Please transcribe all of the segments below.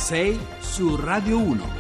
6 su Radio 1.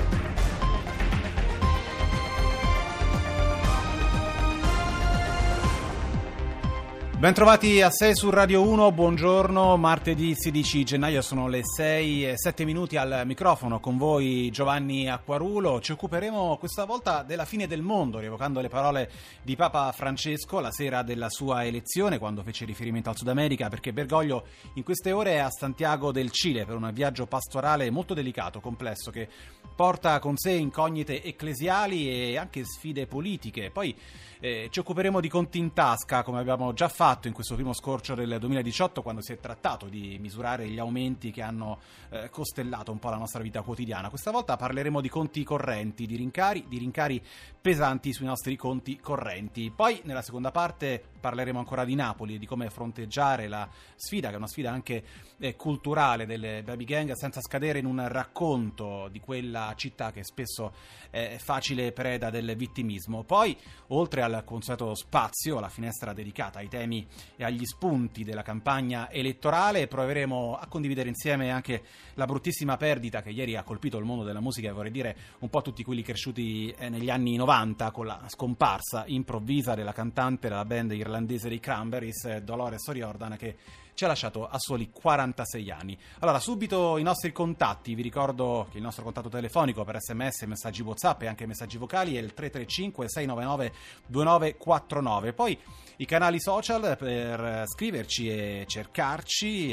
Bentrovati a 6 su Radio 1, buongiorno, martedì 16 gennaio sono le 6:07 al microfono, con voi Giovanni Acquarulo. Ci occuperemo questa volta della fine del mondo, rievocando le parole di Papa Francesco la sera della sua elezione, quando fece riferimento al Sud America, perché Bergoglio in queste ore è a Santiago del Cile per un viaggio pastorale molto delicato, complesso, che porta con sé incognite ecclesiali e anche sfide politiche. Poi ci occuperemo di conti in tasca, come abbiamo già fatto in questo primo scorcio del 2018, quando si è trattato di misurare gli aumenti che hanno costellato un po' la nostra vita quotidiana. Questa volta parleremo di conti correnti, di rincari pesanti sui nostri conti correnti. Poi nella seconda parte parleremo ancora di Napoli e di come fronteggiare la sfida, che è una sfida anche culturale delle baby gang, senza scadere in un racconto di quella città che spesso è facile preda del vittimismo. Poi, oltre al consueto spazio, la finestra dedicata ai temi e agli spunti della campagna elettorale, proveremo a condividere insieme anche la bruttissima perdita che ieri ha colpito il mondo della musica, e vorrei dire un po' tutti quelli cresciuti negli anni 90 con la scomparsa improvvisa della cantante della band irlandese dei Cranberries, Dolores O'Riordan, che ci ha lasciato a soli 46 anni. Allora, subito i nostri contatti. Vi ricordo che il nostro contatto telefonico per SMS, messaggi WhatsApp e anche messaggi vocali è il 335 699 2949. Poi i canali social per scriverci e cercarci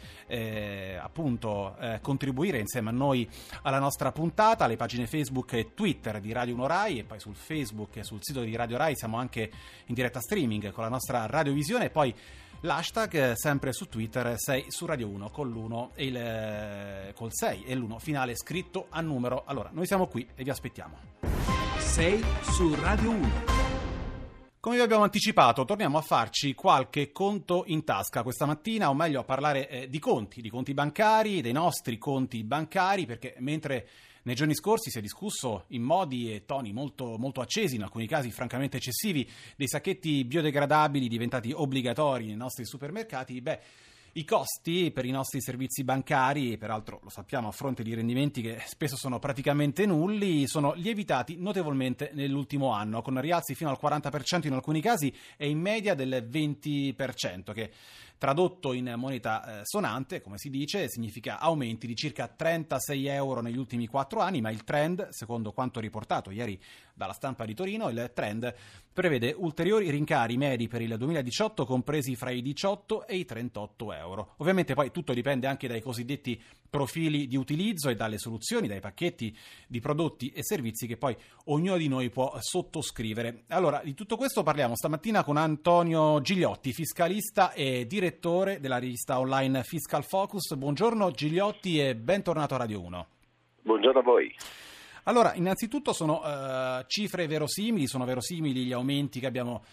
e appunto contribuire insieme a noi alla nostra puntata, le pagine Facebook e Twitter di Radio 1 Rai, e poi sul Facebook e sul sito di Radio Rai siamo anche in diretta streaming con la nostra radiovisione, e poi l'hashtag sempre su Twitter 6 su Radio 1 con l'1 e col 6 e l'1 finale scritto a numero. Allora, noi siamo qui e vi aspettiamo. 6 su Radio 1. Come vi abbiamo anticipato, torniamo a farci qualche conto in tasca questa mattina, o meglio a parlare di conti bancari, dei nostri conti bancari, perché mentre nei giorni scorsi si è discusso in modi e toni molto, molto accesi, in alcuni casi francamente eccessivi, dei sacchetti biodegradabili diventati obbligatori nei nostri supermercati, i costi per i nostri servizi bancari, peraltro lo sappiamo a fronte di rendimenti che spesso sono praticamente nulli, sono lievitati notevolmente nell'ultimo anno, con rialzi fino al 40% in alcuni casi e in media del 20%, che tradotto in moneta sonante, come si dice, significa aumenti di circa 36 euro negli ultimi 4 anni, ma il trend, secondo quanto riportato ieri dalla Stampa di Torino, il trend prevede ulteriori rincari medi per il 2018 compresi fra i 18 e i 38 euro. Ovviamente poi tutto dipende anche dai cosiddetti profili di utilizzo e dalle soluzioni, dai pacchetti di prodotti e servizi che poi ognuno di noi può sottoscrivere. Allora, di tutto questo parliamo stamattina con Antonio Gigliotti, fiscalista e direttore della rivista online Fiscal Focus. Buongiorno Gigliotti e bentornato a Radio 1. Buongiorno a voi. Allora, innanzitutto sono cifre verosimili, sono verosimili gli aumenti che abbiamo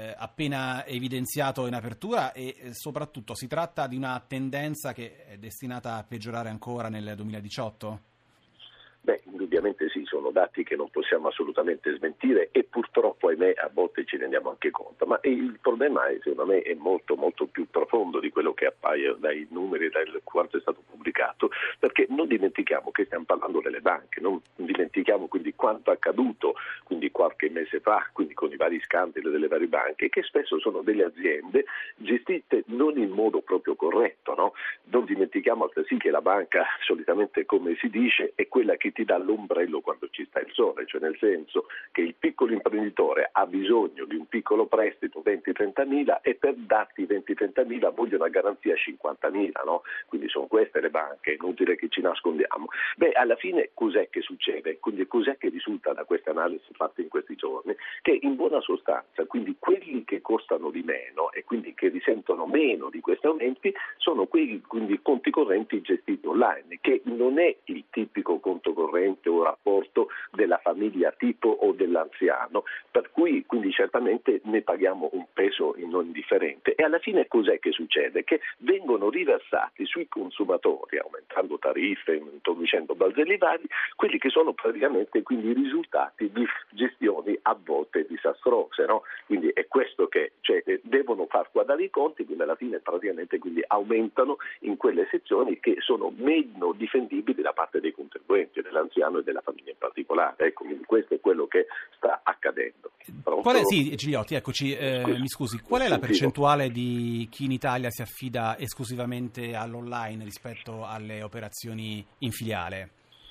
appena evidenziato in apertura, e soprattutto si tratta di una tendenza che è destinata a peggiorare ancora nel 2018? Indubbiamente sì, sono dati che non possiamo assolutamente smentire e purtroppo, ahimè, a volte ci rendiamo anche conto, ma il problema secondo me è molto molto più profondo di quello che appaia dai numeri, da quanto è stato pubblicato, perché non dimentichiamo che stiamo parlando delle banche, non dimentichiamo quindi quanto accaduto quindi qualche mese fa, quindi con i vari scandali delle varie banche, che spesso sono delle aziende gestite non in modo proprio corretto, no? Non dimentichiamo altresì che la banca solitamente, come si dice, è quella che ti dà l'ombrello quando ci sta il sole, cioè nel senso che il piccolo imprenditore ha bisogno di un piccolo prestito 20-30 mila e per darti 20-30 mila vogliono a garanzia 50 mila, no? Quindi sono queste le banche, inutile che ci nascondiamo. Alla fine cos'è che succede? Quindi cos'è che risulta da queste analisi fatte in questi giorni? Che in buona sostanza, quindi quelli che costano di meno e quindi che risentono meno di questi aumenti sono quei quindi conti correnti gestiti online, che non è il tipico conto corrente o rapporto alto della famiglia tipo o dell'anziano, per cui quindi certamente ne paghiamo un peso non indifferente. E alla fine cos'è che succede? Che vengono riversati sui consumatori, aumentando tariffe, introducendo balzelli vari, quelli che sono praticamente quindi i risultati di gestioni a volte disastrose, no? Quindi è questo che devono far quadrare i conti, quindi alla fine praticamente quindi aumentano in quelle sezioni che sono meno difendibili da parte dei contribuenti, dell'anziano e della famiglia in particolare. Ecco, quindi questo è quello che sta accadendo. Sì, Gigliotti, eccoci, mi scusi, qual è la percentuale di chi in Italia si affida esclusivamente all'online rispetto alle operazioni in filiale?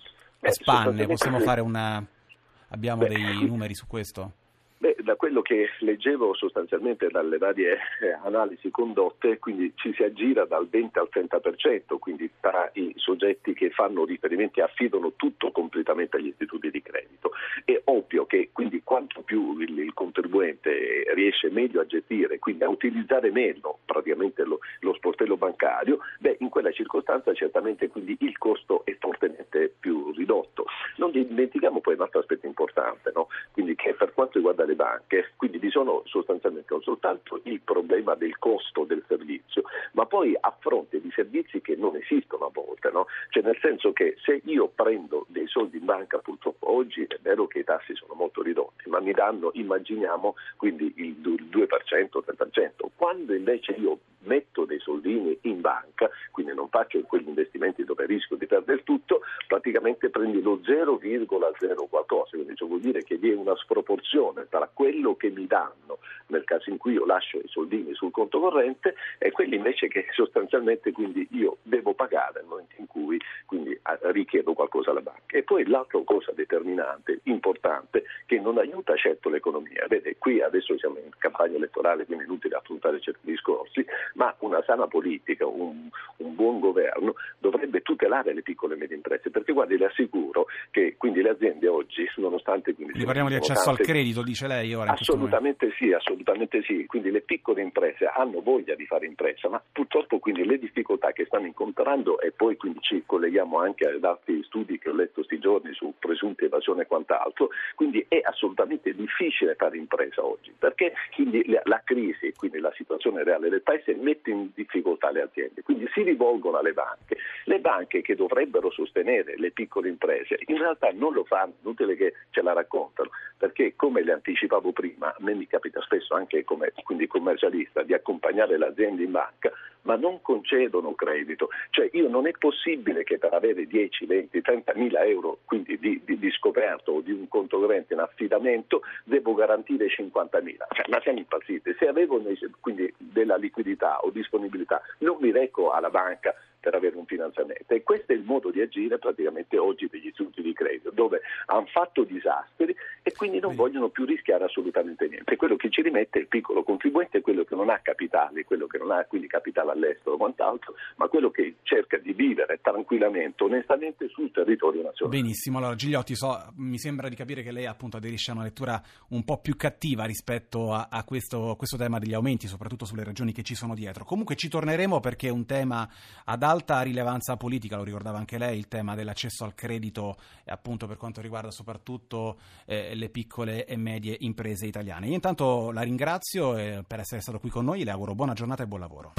A spanne, possiamo fare abbiamo dei numeri su questo? Da quello che leggevo sostanzialmente dalle varie analisi condotte, quindi ci si aggira dal 20 al 30%, quindi tra i soggetti che fanno riferimenti e affidano tutto completamente agli istituti di credito. È ovvio che quindi quanto più il contribuente riesce meglio a gestire, quindi a utilizzare meno praticamente lo sportello bancario, in quella circostanza certamente quindi il costo è fortemente più ridotto. Non dimentichiamo poi un altro aspetto importante, no? Quindi che per quanto riguarda le banche, quindi vi sono sostanzialmente non soltanto il problema del costo del servizio, ma poi a fronte di servizi che non esistono a volte, no? Cioè nel senso che se io prendo dei soldi in banca, purtroppo oggi è vero che i tassi sono molto ridotti, ma mi danno, immaginiamo, quindi il 2%, 3%. Quando invece io metto dei soldini in banca, quindi non faccio quegli investimenti dove rischio di perdere tutto, praticamente prendi lo 0,0 qualcosa, quindi ciò vuol dire che vi è una sproporzione tra quello che mi danno nel caso in cui io lascio i soldini sul conto corrente e quelli invece che sostanzialmente quindi io devo pagare nel momento in cui quindi richiedo qualcosa alla banca. E poi l'altra cosa determinante, importante, che non aiuta certo l'economia. Vede, qui adesso siamo in campagna elettorale, quindi è inutile affrontare certi discorsi, ma una sana politica, un buon governo dovrebbe tutelare le piccole e medie imprese, perché guardi, le assicuro che quindi le aziende oggi, nonostante quindi parliamo di accesso al credito, dice lei ora? Assolutamente sì, quindi le piccole imprese hanno voglia di fare impresa, ma purtroppo quindi le difficoltà che stanno incontrando, e poi quindi ci colleghiamo anche ad altri studi che ho letto questi giorni su presunte evasione e quant'altro, quindi è assolutamente difficile fare impresa oggi, perché quindi la crisi, quindi la situazione reale del paese mette in difficoltà le aziende, quindi si rivolgono alle banche che dovrebbero sostenere le piccole imprese, in realtà non lo fanno, inutile che ce la raccontano, perché come le anticipavo prima, a me mi capita spesso anche come quindi commercialista di accompagnare le aziende in banca, ma non concedono credito, cioè non è possibile che per avere 10, 20, 30 mila euro quindi di scoperto o di un conto corrente in affidamento devo garantire 50 mila, ma siamo impazziti. Se avevo quindi della liquidità o disponibilità non mi reco alla banca per avere un finanziamento, e questo è il modo di agire praticamente oggi degli istituti di credito, dove hanno fatto disastri e quindi non vogliono più rischiare assolutamente niente. Quello che ci rimette il piccolo contribuente è quello che non ha capitali, quello che non ha quindi capitale all'estero o quant'altro, ma quello che cerca di vivere tranquillamente, onestamente sul territorio nazionale. Benissimo, allora Gigliotti, mi sembra di capire che lei appunto aderisce a una lettura un po' più cattiva rispetto a questo tema degli aumenti, soprattutto sulle ragioni che ci sono dietro. Comunque ci torneremo, perché è un tema ad alta rilevanza politica, lo ricordava anche lei, il tema dell'accesso al credito, appunto per quanto riguarda soprattutto le piccole e medie imprese italiane. Io intanto la ringrazio per essere stato qui con noi, le auguro buona giornata e buon lavoro.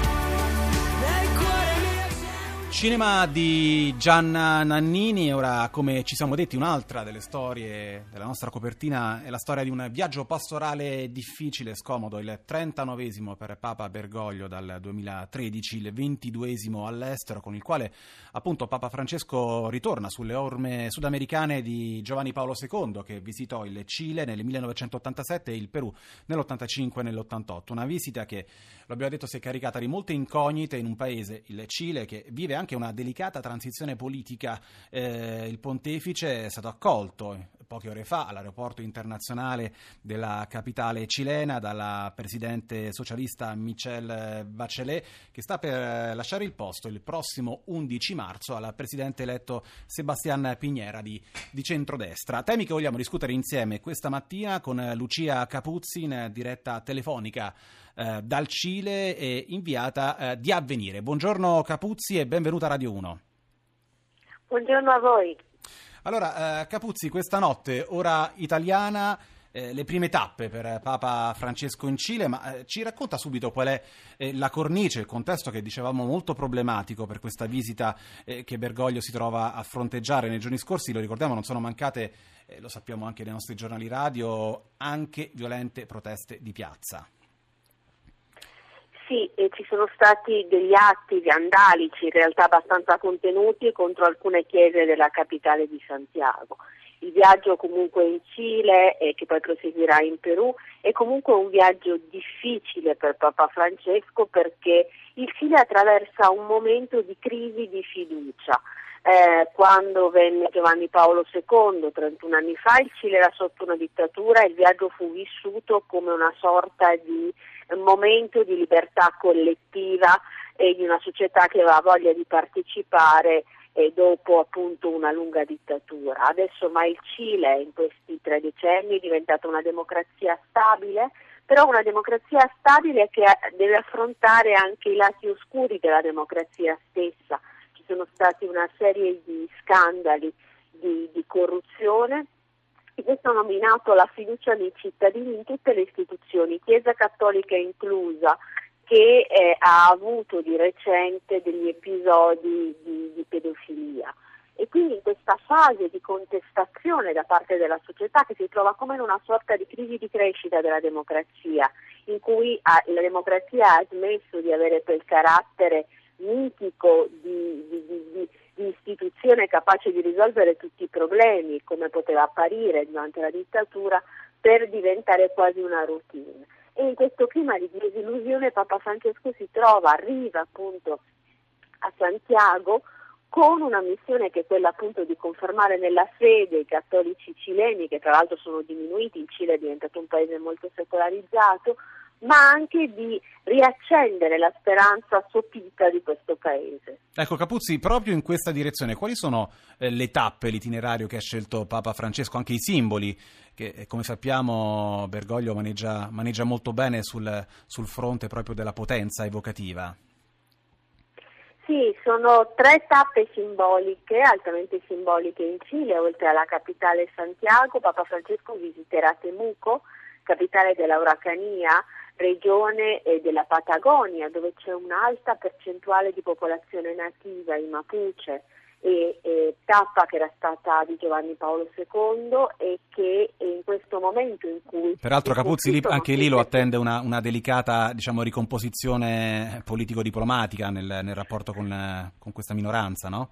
Cinema di Gianna Nannini. Ora, come ci siamo detti, un'altra delle storie della nostra copertina è la storia di un viaggio pastorale difficile, scomodo, il 39esimo per Papa Bergoglio dal 2013, il 22esimo all'estero, con il quale appunto Papa Francesco ritorna sulle orme sudamericane di Giovanni Paolo II, che visitò il Cile nel 1987 e il Perù nell'85 e nell'88. Una visita che, lo abbiamo detto, si è caricata di molte incognite in un paese, il Cile, che vive anche una delicata transizione politica. Il pontefice è stato accolto poche ore fa all'aeroporto internazionale della capitale cilena dalla presidente socialista Michelle Bachelet, che sta per lasciare il posto il prossimo 11 marzo al presidente eletto Sebastián Piñera di centrodestra. Temi che vogliamo discutere insieme questa mattina con Lucia Capuzzi, in diretta telefonica dal Cile e inviata di Avvenire. Buongiorno Capuzzi e benvenuta a Radio 1. Buongiorno a voi. Allora, Capuzzi, questa notte, ora italiana, le prime tappe per Papa Francesco in Cile, ma ci racconta subito qual è la cornice, il contesto che dicevamo molto problematico per questa visita che Bergoglio si trova a fronteggiare nei giorni scorsi. Lo ricordiamo, non sono mancate, lo sappiamo anche nei nostri giornali radio, anche violente proteste di piazza. Sì, ci sono stati degli atti vandalici, in realtà abbastanza contenuti, contro alcune chiese della capitale di Santiago. Il viaggio comunque in Cile, che poi proseguirà in Perù, è comunque un viaggio difficile per Papa Francesco, perché il Cile attraversa un momento di crisi di fiducia. Quando venne Giovanni Paolo II, 31 anni fa, il Cile era sotto una dittatura e il viaggio fu vissuto come una sorta di momento di libertà collettiva e di una società che aveva voglia di partecipare dopo appunto una lunga dittatura. Adesso ma il Cile in questi 3 decenni è diventata una democrazia stabile, però una democrazia stabile che deve affrontare anche i lati oscuri della democrazia stessa. Ci sono stati una serie di scandali di corruzione e questo ha nominato la fiducia dei cittadini in tutte le istituzioni, Chiesa Cattolica inclusa, che ha avuto di recente degli episodi di pedofilia. E quindi in questa fase di contestazione da parte della società, che si trova come in una sorta di crisi di crescita della democrazia, in cui la democrazia ha smesso di avere quel carattere mitico di istituzione capace di risolvere tutti i problemi, come poteva apparire durante la dittatura, per diventare quasi una routine. E in questo clima di disillusione Papa Francesco arriva appunto a Santiago con una missione che è quella appunto di confermare nella fede i cattolici cileni, che tra l'altro sono diminuiti, il Cile è diventato un paese molto secolarizzato, ma anche di riaccendere la speranza sopita di questo paese. Ecco, Capuzzi, proprio in questa direzione, quali sono le tappe, l'itinerario che ha scelto Papa Francesco, anche i simboli che, come sappiamo, Bergoglio maneggia molto bene sul fronte proprio della potenza evocativa? Sì, sono 3 tappe simboliche, altamente simboliche in Cile. Oltre alla capitale Santiago, Papa Francesco visiterà Temuco, capitale della Uracania, regione della Patagonia, dove c'è un'alta percentuale di popolazione nativa, i Mapuche, e tappa che era stata di Giovanni Paolo II e che in questo momento in cui... Peraltro Capuzzi anche lì lo attende una delicata, diciamo, ricomposizione politico-diplomatica nel rapporto con questa minoranza, no?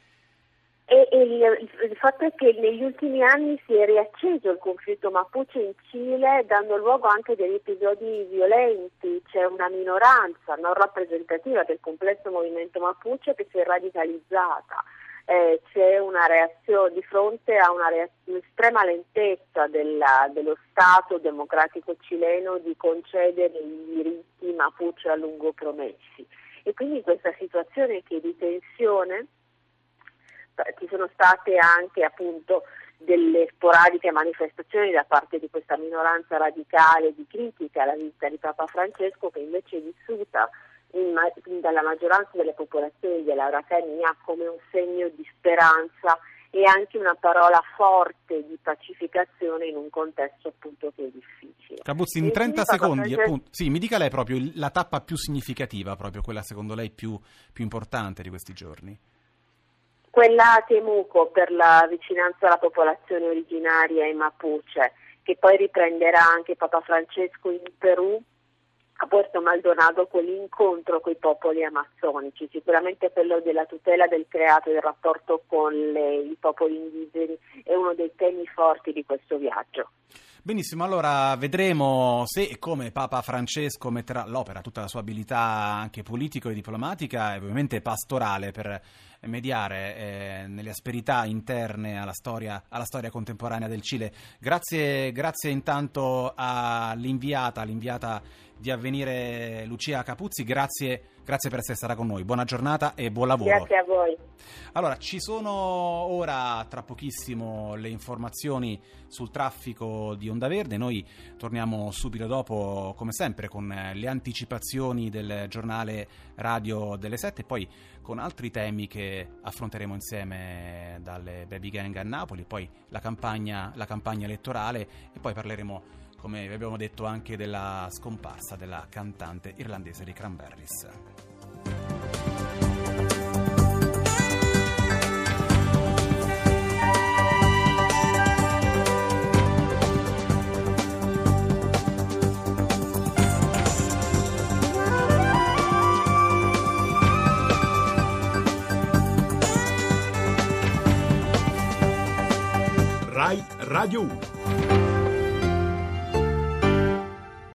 E il fatto è che negli ultimi anni si è riacceso il conflitto Mapuche in Cile, dando luogo anche a degli episodi violenti. C'è una minoranza non rappresentativa del complesso movimento Mapuche che si è radicalizzata. C'è una reazione di fronte a un'estrema lentezza dello Stato democratico cileno di concedere i diritti Mapuche a lungo promessi. E quindi questa situazione che è di tensione, ci sono state anche appunto delle sporadiche manifestazioni da parte di questa minoranza radicale di critica alla visita di Papa Francesco, che invece è vissuta dalla maggioranza delle popolazioni della Uracania come un segno di speranza e anche una parola forte di pacificazione in un contesto appunto che è difficile. Capuzzi, in 30 secondi, appunto, sì, mi dica lei proprio la tappa più significativa, proprio quella secondo lei più importante di questi giorni. Quella a Temuco per la vicinanza alla popolazione originaria in Mapuche, che poi riprenderà anche Papa Francesco in Perù, a Puerto Maldonado, con l'incontro con i popoli amazzonici. Sicuramente quello della tutela del creato e del rapporto con i popoli indigeni è uno dei temi forti di questo viaggio. Benissimo, allora vedremo se e come Papa Francesco metterà all'opera tutta la sua abilità anche politico e diplomatica e ovviamente pastorale per mediare nelle asperità interne alla storia contemporanea del Cile. Grazie intanto all'inviata di Avvenire Lucia Capuzzi, grazie per essere stata con noi, buona giornata e buon lavoro. Grazie a voi. Allora, ci sono ora tra pochissimo le informazioni sul traffico di Onda Verde, noi torniamo subito dopo come sempre con le anticipazioni del giornale radio delle 7 e poi con altri temi che affronteremo insieme, dalle baby gang a Napoli, poi la campagna elettorale e poi parleremo, come vi abbiamo detto, anche della scomparsa della cantante irlandese dei Cranberries. Rai Radio 1.